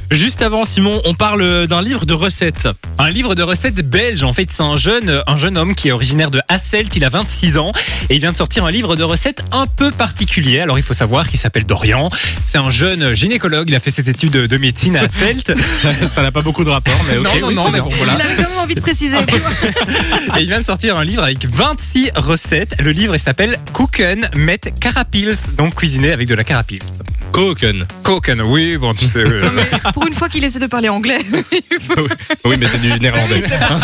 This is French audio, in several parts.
Juste avant, Simon, on parle d'un livre de recettes. Un livre de recettes belge. En fait, c'est un jeune homme qui est originaire de Hasselt. Il a 26 ans et il vient de sortir un livre de recettes un peu particulier. Alors, il faut savoir qu'il s'appelle Dorian. C'est un jeune gynécologue. Il a fait ses études de médecine à Hasselt. Ça n'a pas beaucoup de rapport, mais ok. Non, mais bon, voilà. Il avait quand même envie de préciser, tu vois. Et il vient de sortir un livre avec 26 recettes. Le livre, il s'appelle Koken met Carapils. Donc, cuisiner avec de la carapils. Koken, oui, bon, tu sais. Non, mais pour une fois qu'il essaie de parler anglais. Oui, mais c'est du néerlandais.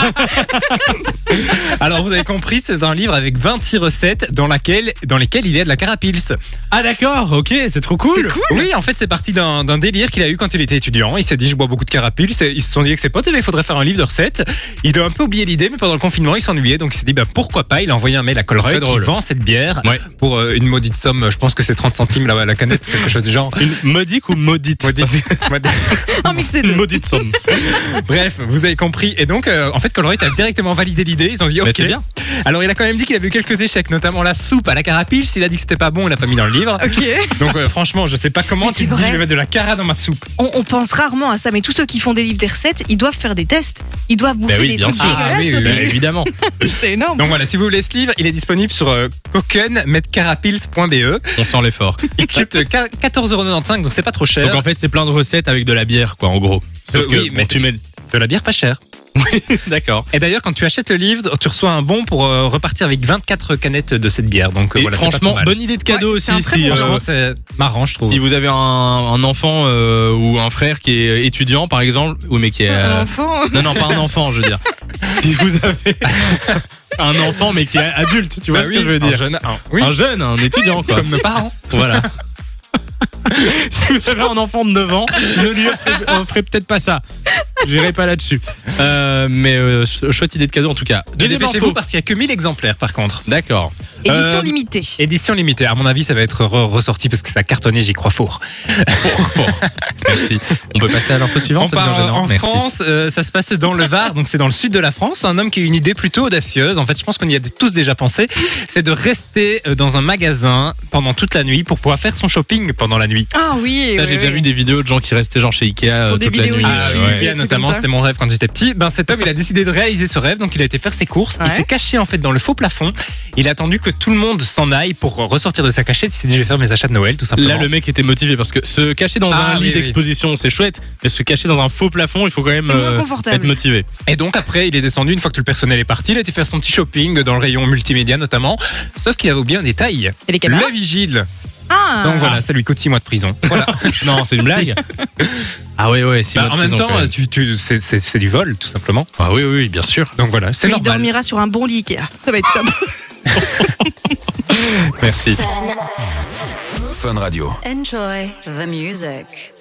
Alors, vous avez compris, c'est un livre avec 26 recettes dans lesquelles il y a de la carapils. Ah d'accord, ok, c'est trop cool. Oui, en fait, c'est parti d'un délire qu'il a eu quand il était étudiant. Il s'est dit, je bois beaucoup de carapils. Ils se sont dit avec ses potes, il faudrait faire un livre de recettes. Il a un peu oublié l'idée, mais pendant le confinement, il s'ennuyait. Donc, il s'est dit, pourquoi pas. Il a envoyé un mail à Colruyt qui vend cette bière pour une maudite somme. Je pense que c'est 30 centimes la canette, quelque chose du genre. Une modique ou maudite? Un mix des deux. Une maudite somme. Bref, vous avez compris. Et donc, en fait, Colruyt a directement validé l'idée. Ils ont dit, ok. C'est bien. Alors, il a quand même dit qu'il avait eu quelques échecs, notamment la soupe à la carapils. Il a dit que c'était pas bon, il l'a pas mis dans le livre. Ok. Donc, franchement, je sais pas comment Mais tu te dis, je vais mettre de la cara dans ma soupe. On pense rarement à ça, mais tous ceux qui font des livres des recettes, ils doivent faire des tests. Ils doivent bouffer oui, des bien trucs sûr. dégueulasses au oui, début. Évidemment. C'est énorme. Donc voilà, si vous voulez ce livre, il est disponible sur kokenmetcarapils.be. On sent l'effort. Il coûte 14,95€, donc c'est pas trop cher. Donc en fait, c'est plein de recettes avec de la bière, quoi, en gros. Sauf que oui, mais tu mets. de la bière pas chère. Oui, d'accord. Et d'ailleurs, quand tu achètes le livre, tu reçois un bon pour repartir avec 24 canettes de cette bière. Donc Et voilà, c'est pas franchement, trop mal. bonne idée de cadeau Ouais, aussi. c'est un très bon Franchement, c'est marrant, je trouve. Si vous avez un enfant ou un frère qui est étudiant, par exemple, ou mais qui est Un enfant. non, pas un enfant, je veux dire. Si vous avez un enfant mais qui est adulte, tu vois ce que je veux dire. Un jeune, un étudiant, quoi. Comme nos parents. Voilà. Si vous avez un enfant de 9 ans, ne lui offrez peut-être pas ça. J'irai pas là-dessus. Mais chouette idée de cadeau en tout cas. Deuxième Dépêchez-vous info. parce qu'il y a que 1000 exemplaires par contre. D'accord. Édition limitée. Édition limitée. À mon avis, ça va être ressorti parce que ça a cartonné, j'y crois fort. Merci. On peut passer à l'info suivante. On part en France, ça se passe dans le Var, donc c'est dans le sud de la France. Un homme qui a une idée plutôt audacieuse. En fait, je pense qu'on y a tous déjà pensé. C'est de rester dans un magasin pendant toute la nuit pour pouvoir faire son shopping pendant la nuit. Ah oui. Ça, oui, j'ai déjà oui. vu des vidéos de gens qui restaient genre chez Ikea Pour des toute la vidéos nuit. YouTube. Ouais. des Ikea trucs notamment, comme ça. c'était mon rêve quand j'étais petit. Cet homme, il a décidé de réaliser ce rêve, donc il a été faire ses courses. Il Ouais. s'est caché en fait dans le faux plafond. Il a attendu que tout le monde s'en aille pour ressortir de sa cachette. Il s'est dit, je vais faire mes achats de Noël, tout simplement. Là, le mec était motivé parce que se cacher dans un lit d'exposition, c'est chouette, mais se cacher dans un faux plafond, il faut quand même C'est moins confortable. être motivé. Et donc après, il est descendu une fois que tout le personnel est parti. Il a été faire son petit shopping dans le rayon multimédia notamment. Sauf qu'il avait oublié un détail. Et les caméras. La vigile. Ah. Donc voilà, ça lui coûte 6 mois de prison. Voilà. Non, c'est une blague. Ah ouais, si. En même temps, c'est du vol, tout simplement. Ah oui, bien sûr. Donc voilà, c'est Mais il normal. dormira sur un bon lit Ikea. Ça va être top. Merci. Fun Radio. Enjoy the music.